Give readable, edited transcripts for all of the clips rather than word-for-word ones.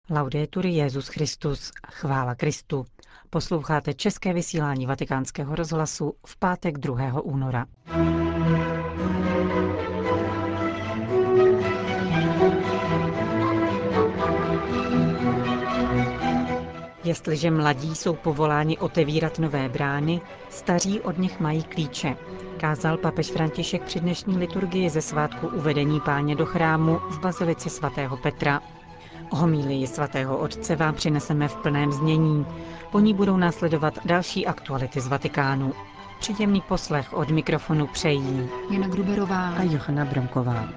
Laudetur Jesus Christus, chvála Kristu. Posloucháte české vysílání Vatikánského rozhlasu v pátek 2. února. Jestliže mladí jsou povoláni otevírat nové brány, staří od nich mají klíče, kázal papež František při dnešní liturgii ze svátku uvedení Páně do chrámu v bazilice svatého Petra. Homílii svatého otce vám přineseme v plném znění. Po ní budou následovat další aktuality z Vatikánu. Příjemný poslech od mikrofonu přejí Jana Gruberová a Johana Bramková.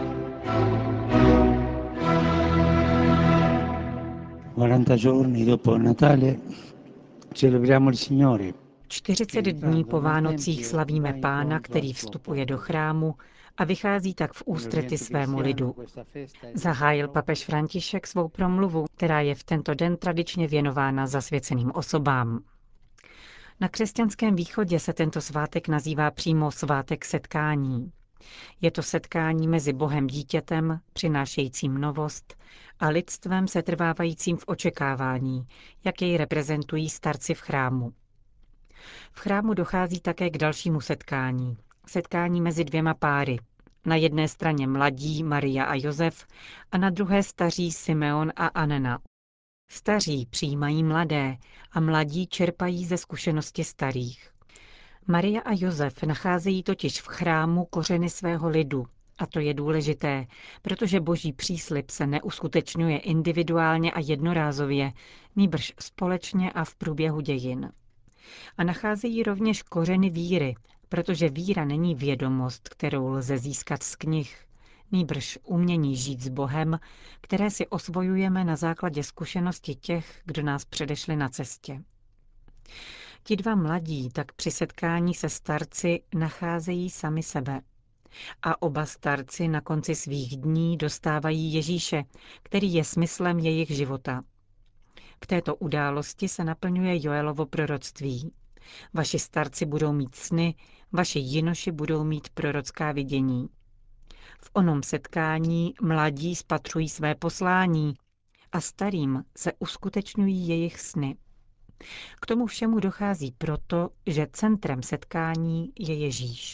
Giorni dopo Natale celebriamo il Signore. 40 dní po Vánocích slavíme Pána, který vstupuje do chrámu a vychází tak v ústrety svému lidu. Zahájil papež František svou promluvu, která je v tento den tradičně věnována zasvěceným osobám. Na křesťanském východě se tento svátek nazývá přímo svátek setkání. Je to setkání mezi Bohem dítětem, přinášejícím novost, a lidstvem setrvávajícím v očekávání, jak jej reprezentují starci v chrámu. V chrámu dochází také k dalšímu setkání. Setkání mezi dvěma páry. Na jedné straně mladí Maria a Josef a na druhé staří Simeon a Anna. Staří přijímají mladé a mladí čerpají ze zkušenosti starých. Maria a Josef nacházejí totiž v chrámu kořeny svého lidu. A to je důležité, protože boží příslib se neuskutečňuje individuálně a jednorázově, nýbrž společně a v průběhu dějin. A nacházejí rovněž kořeny víry, protože víra není vědomost, kterou lze získat z knih, nýbrž umění žít s Bohem, které si osvojujeme na základě zkušenosti těch, kdo nás předešli na cestě. Ti dva mladí tak při setkání se starci nacházejí sami sebe. A oba starci na konci svých dní dostávají Ježíše, který je smyslem jejich života. V této události se naplňuje Joelovo proroctví. Vaši starci budou mít sny, vaši jinoši budou mít prorocká vidění. V onom setkání mladí spatřují své poslání a starým se uskutečňují jejich sny. K tomu všemu dochází proto, že centrem setkání je Ježíš.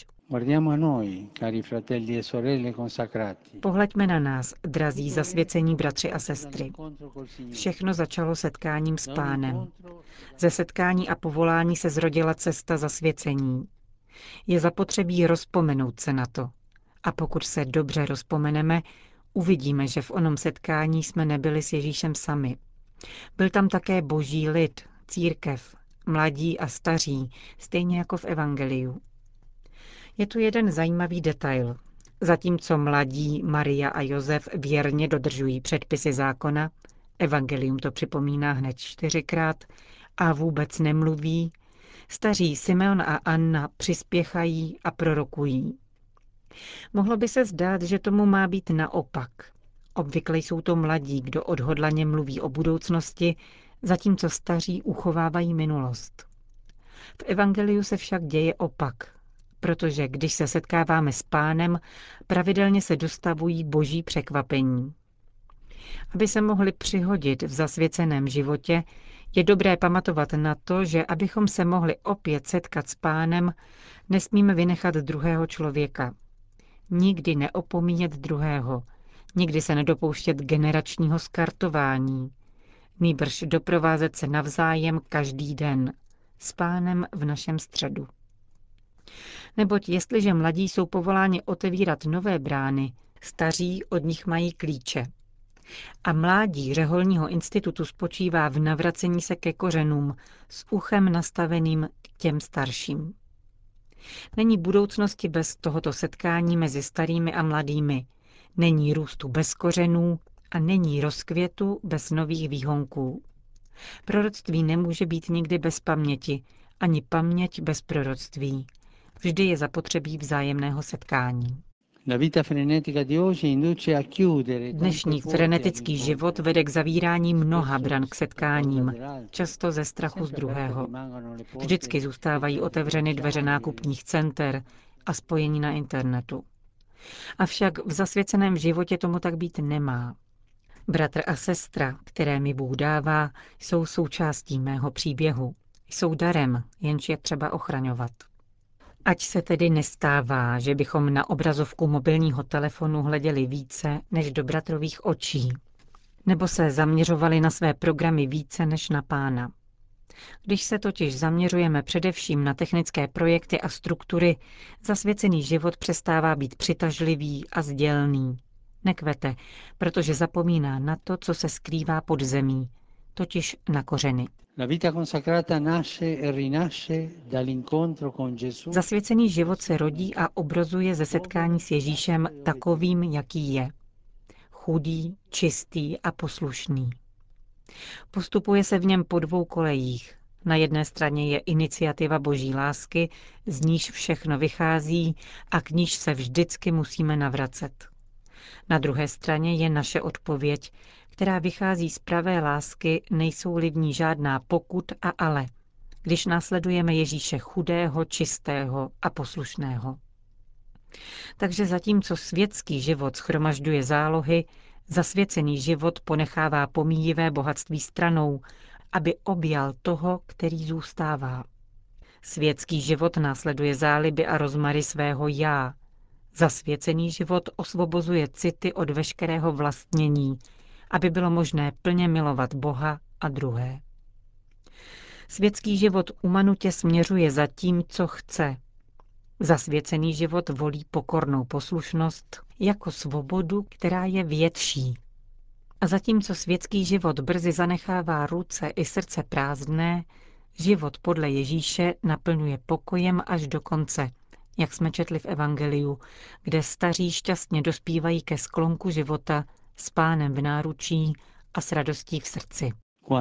Pohleďme na nás, drazí zasvěcení bratři a sestry. Všechno začalo setkáním s Pánem. Ze setkání a povolání se zrodila cesta zasvěcení. Je zapotřebí rozpomenout se na to. A pokud se dobře rozpomeneme, uvidíme, že v onom setkání jsme nebyli s Ježíšem sami. Byl tam také boží lid, církev, mladí a staří, stejně jako v evangeliu. Je tu jeden zajímavý detail. Zatímco mladí Maria a Josef věrně dodržují předpisy zákona, evangelium to připomíná hned 4krát, a vůbec nemluví, staří Simeon a Anna přispěchají a prorokují. Mohlo by se zdát, že tomu má být naopak. Obvykle jsou to mladí, kdo odhodlaně mluví o budoucnosti, zatímco staří uchovávají minulost. V evangeliu se však děje opak, protože když se setkáváme s Pánem, pravidelně se dostavují boží překvapení. Aby se mohli přihodit v zasvěceném životě, je dobré pamatovat na to, že abychom se mohli opět setkat s Pánem, nesmíme vynechat druhého člověka. Nikdy neopomíjet druhého, nikdy se nedopouštět generačního skartování, nýbrž doprovázet se navzájem každý den, s Pánem v našem středu. Neboť jestliže mladí jsou povoláni otevírat nové brány, staří od nich mají klíče. A mládí řeholního institutu spočívá v navracení se ke kořenům s uchem nastaveným k těm starším. Není budoucnosti bez tohoto setkání mezi starými a mladými, není růstu bez kořenů a není rozkvětu bez nových výhonků. Proroctví nemůže být nikdy bez paměti, ani paměť bez proroctví. Vždy je zapotřebí vzájemného setkání. Dnešní frenetický život vede k zavírání mnoha bran k setkáním, často ze strachu z druhého. Vždycky zůstávají otevřeny dveře nákupních center a spojení na internetu. Avšak v zasvěceném životě tomu tak být nemá. Bratr a sestra, které mi Bůh dává, jsou součástí mého příběhu. Jsou darem, jenž je třeba ochraňovat. Ať se tedy nestává, že bychom na obrazovku mobilního telefonu hleděli více než do bratrových očí, nebo se zaměřovali na své programy více než na Pána. Když se totiž zaměřujeme především na technické projekty a struktury, zasvěcený život přestává být přitažlivý a sdělný. Nekvete, protože zapomíná na to, co se skrývá pod zemí, totiž na kořeny. Zasvěcený život se rodí a obrazuje ze setkání s Ježíšem takovým, jaký je. Chudý, čistý a poslušný. Postupuje se v něm po dvou kolejích. Na jedné straně je iniciativa Boží lásky, z níž všechno vychází a k níž se vždycky musíme navracet. Na druhé straně je naše odpověď, která vychází z pravé lásky, nejsou-li v ní žádná pokud a ale, když následujeme Ježíše chudého, čistého a poslušného. Takže zatímco světský život shromažďuje zálohy, zasvěcený život ponechává pomíjivé bohatství stranou, aby objal toho, který zůstává. Světský život následuje záliby a rozmary svého já. Zasvěcený život osvobozuje city od veškerého vlastnění, aby bylo možné plně milovat Boha a druhé. Světský život umanutě směřuje za tím, co chce. Zasvěcený život volí pokornou poslušnost jako svobodu, která je větší. A zatímco světský život brzy zanechává ruce i srdce prázdné, život podle Ježíše naplňuje pokojem až do konce, jak jsme četli v Evangeliu, kde staří šťastně dospívají ke sklonku života s Pánem v náručí a s radostí v srdci.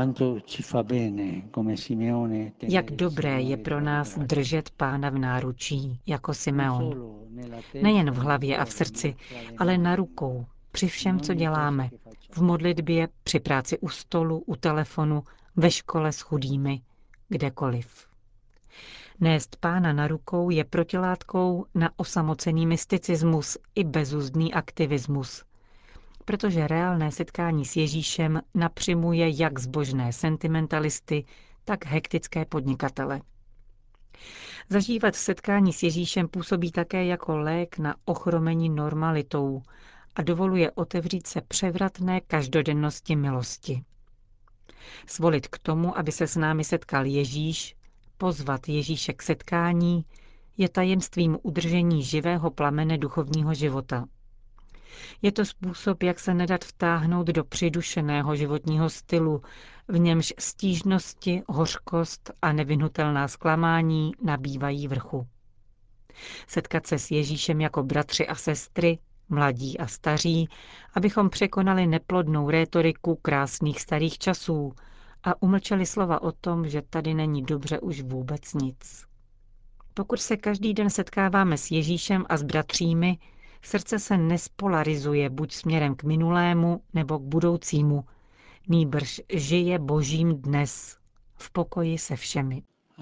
Jak dobré je pro nás držet Pána v náručí, jako Simeon. Nejen v hlavě a v srdci, ale na rukou, při všem, co děláme. V modlitbě, při práci u stolu, u telefonu, ve škole s chudými, kdekoliv. Nést Pána na rukou je protilátkou na osamocený mysticismus i bezuzdný aktivismus, protože reálné setkání s Ježíšem napřimuje jak zbožné sentimentalisty, tak hektické podnikatele. Zažívat setkání s Ježíšem působí také jako lék na ochromení normalitou a dovoluje otevřít se převratné každodennosti milosti. Svolit k tomu, aby se s námi setkal Ježíš, pozvat Ježíše k setkání, je tajemstvím udržení živého plamene duchovního života. Je to způsob, jak se nedat vtáhnout do přidušeného životního stylu, v němž stížnosti, hořkost a nevyhnutelná zklamání nabývají vrchu. Setkat se s Ježíšem jako bratři a sestry, mladí a staří, abychom překonali neplodnou rétoriku krásných starých časů a umlčeli slova o tom, že tady není dobře už vůbec nic. Pokud se každý den setkáváme s Ježíšem a s bratřími, srdce se nespolarizuje buď směrem k minulému nebo k budoucímu, nýbrž žije Božím dnes, v pokoji se všemi.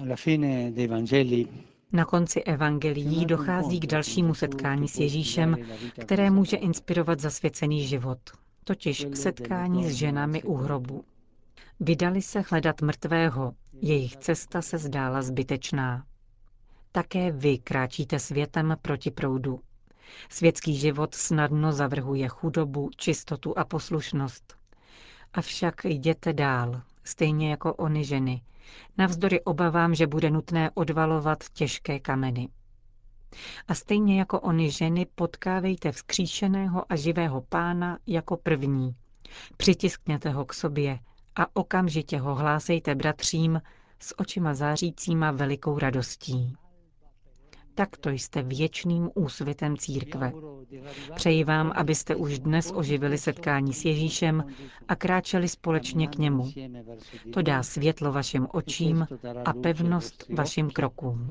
Na konci evangelií dochází k dalšímu setkání s Ježíšem, které může inspirovat zasvěcený život, totiž setkání s ženami u hrobu. Vydali se hledat mrtvého, jejich cesta se zdála zbytečná. Také vy kráčíte světem proti proudu. Světský život snadno zavrhuje chudobu, čistotu a poslušnost. Avšak jděte dál, stejně jako ony ženy, navzdory obavám, že bude nutné odvalovat těžké kameny. A stejně jako ony ženy potkávejte vzkříšeného a živého Pána jako první. Přitiskněte ho k sobě a okamžitě ho hlásejte bratřím s očima zářícíma velikou radostí. Takto jste věčným úsvitem církve. Přeji vám, abyste už dnes oživili setkání s Ježíšem a kráčeli společně k němu. To dá světlo vašim očím a pevnost vašim krokům.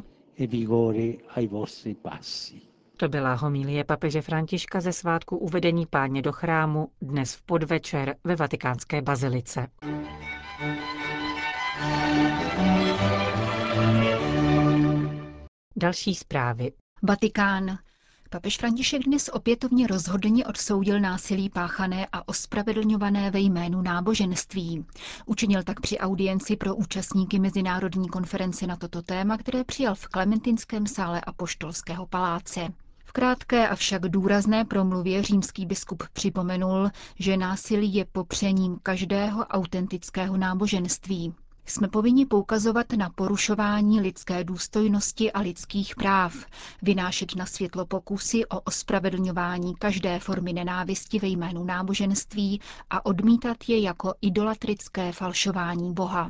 To byla homilie papeže Františka ze svátku uvedení Páně do chrámu dnes v podvečer ve Vatikánské bazilice. Další zprávy. Vatikán. Papež František dnes opětovně rozhodně odsoudil násilí páchané a ospravedlňované ve jménu náboženství. Učinil tak při audienci pro účastníky mezinárodní konference na toto téma, které přijal v Klementinském sále Apoštolského paláce. V krátké avšak důrazné promluvě římský biskup připomenul, že násilí je popřením každého autentického náboženství. Jsme povinni poukazovat na porušování lidské důstojnosti a lidských práv, vynášet na světlo pokusy o ospravedlňování každé formy nenávisti ve jménu náboženství a odmítat je jako idolatrické falšování Boha.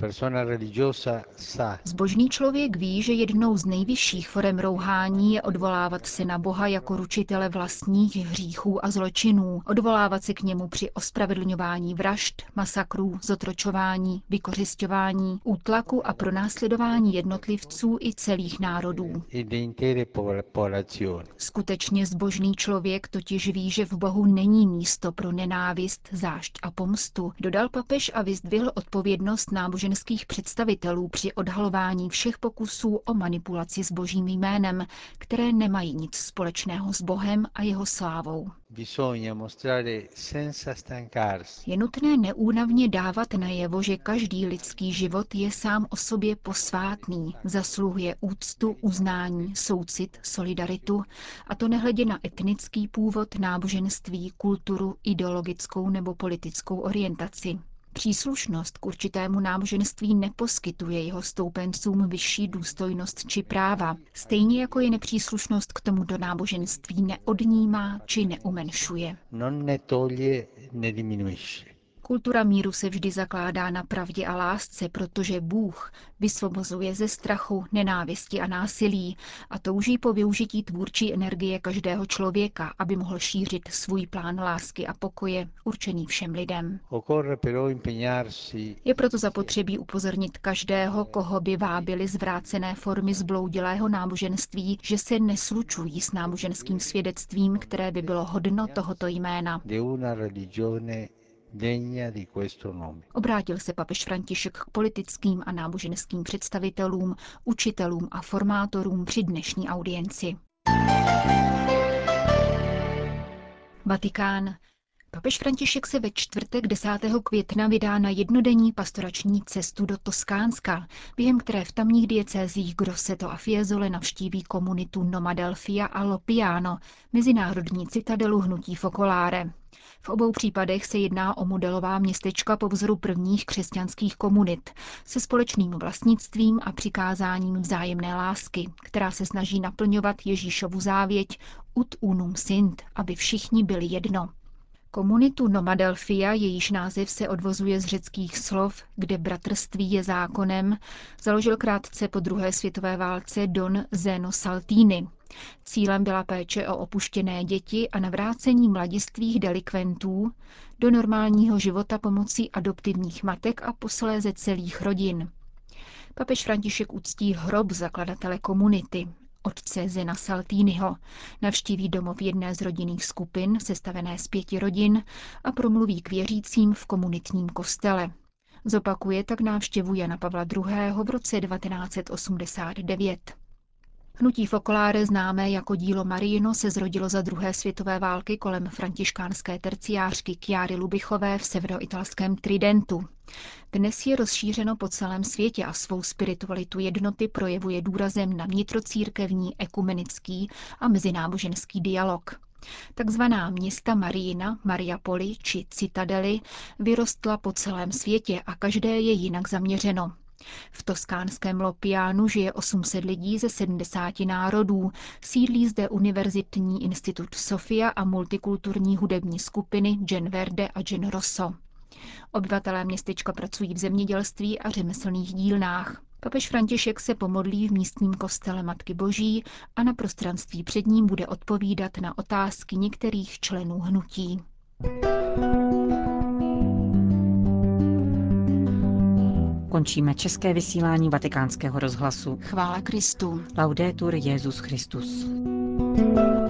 Zbožný člověk ví, že jednou z nejvyšších forem rouhání je odvolávat se na Boha jako ručitele vlastních hříchů a zločinů, odvolávat se k němu při ospravedlňování vražd, masakrů, zotročování, vykořisťování, útlaku a pronásledování jednotlivců i celých národů. Skutečně zbožný člověk totiž ví, že v Bohu není místo pro nenávist, zášť a pomstu, dodal papež a vyzdvihl odpovědnost náboženských představitelů při odhalování všech pokusů o manipulaci s Božím jménem, které nemají nic společného s Bohem a jeho slávou. Je nutné neúnavně dávat najevo, že každý lidský život je sám o sobě posvátný, zasluhuje úctu, uznání, soucit, solidaritu, a to nehledě na etnický původ, náboženství, kulturu, ideologickou nebo politickou orientaci. Příslušnost k určitému náboženství neposkytuje jeho stoupencům vyšší důstojnost či práva, stejně jako je nepříslušnost k tomuto náboženství neodnímá či neumenšuje. Kultura míru se vždy zakládá na pravdě a lásce, protože Bůh vysvobozuje ze strachu, nenávisti a násilí a touží po využití tvůrčí energie každého člověka, aby mohl šířit svůj plán lásky a pokoje, určený všem lidem. Je proto zapotřebí upozornit každého, koho by vábily zvrácené formy zbloudilého náboženství, že se neslučují s náboženským svědectvím, které by bylo hodno tohoto jména. Obrátil se papež František k politickým a náboženským představitelům, učitelům a formátorům při dnešní audienci. Vatikán. Papež František se ve čtvrtek 10. května vydá na jednodenní pastorační cestu do Toskánska, během které v tamních diecézích Grosseto a Fiesole navštíví komunitu Nomadelfia a Lopiano, mezinárodní citadelu hnutí Focolare. V obou případech se jedná o modelová městečka po vzoru prvních křesťanských komunit se společným vlastnictvím a přikázáním vzájemné lásky, která se snaží naplňovat Ježíšovu závěť ut unum sint, aby všichni byli jedno. Komunitu Nomadelfia, jejíž název se odvozuje z řeckých slov, kde bratrství je zákonem, založil krátce po druhé světové válce Don Zeno Saltini. Cílem byla péče o opuštěné děti a navrácení mladistvých delikventů do normálního života pomocí adoptivních matek a posléze celých rodin. Papež František uctí hrob zakladatele komunity, otce Zena Saltiniho, navštíví domov jedné z rodinných skupin, sestavené z 5 rodin, a promluví k věřícím v komunitním kostele. Zopakuje tak návštěvu Jana Pavla II. V roce 1989. Hnutí Focolare, známé jako dílo Mariino, se zrodilo za druhé světové války kolem františkánské terciářky Chiary Lubichové v severoitalském Tridentu. Dnes je rozšířeno po celém světě a svou spiritualitu jednoty projevuje důrazem na vnitrocírkevní, ekumenický a mezináboženský dialog. Takzvaná města Mariina, Mariapoli či Citadely vyrostla po celém světě a každé je jinak zaměřeno. V toskánském Lopianu žije 800 lidí ze 70 národů, sídlí zde Univerzitní institut Sofia a multikulturní hudební skupiny Gen Verde a Gen Rosso. Obyvatelé městečka pracují v zemědělství a řemeslných dílnách. Papež František se pomodlí v místním kostele Matky Boží a na prostranství před ním bude odpovídat na otázky některých členů hnutí. Končíme české vysílání Vatikánského rozhlasu. Chvála Kristu. Laudetur Jesus Christus.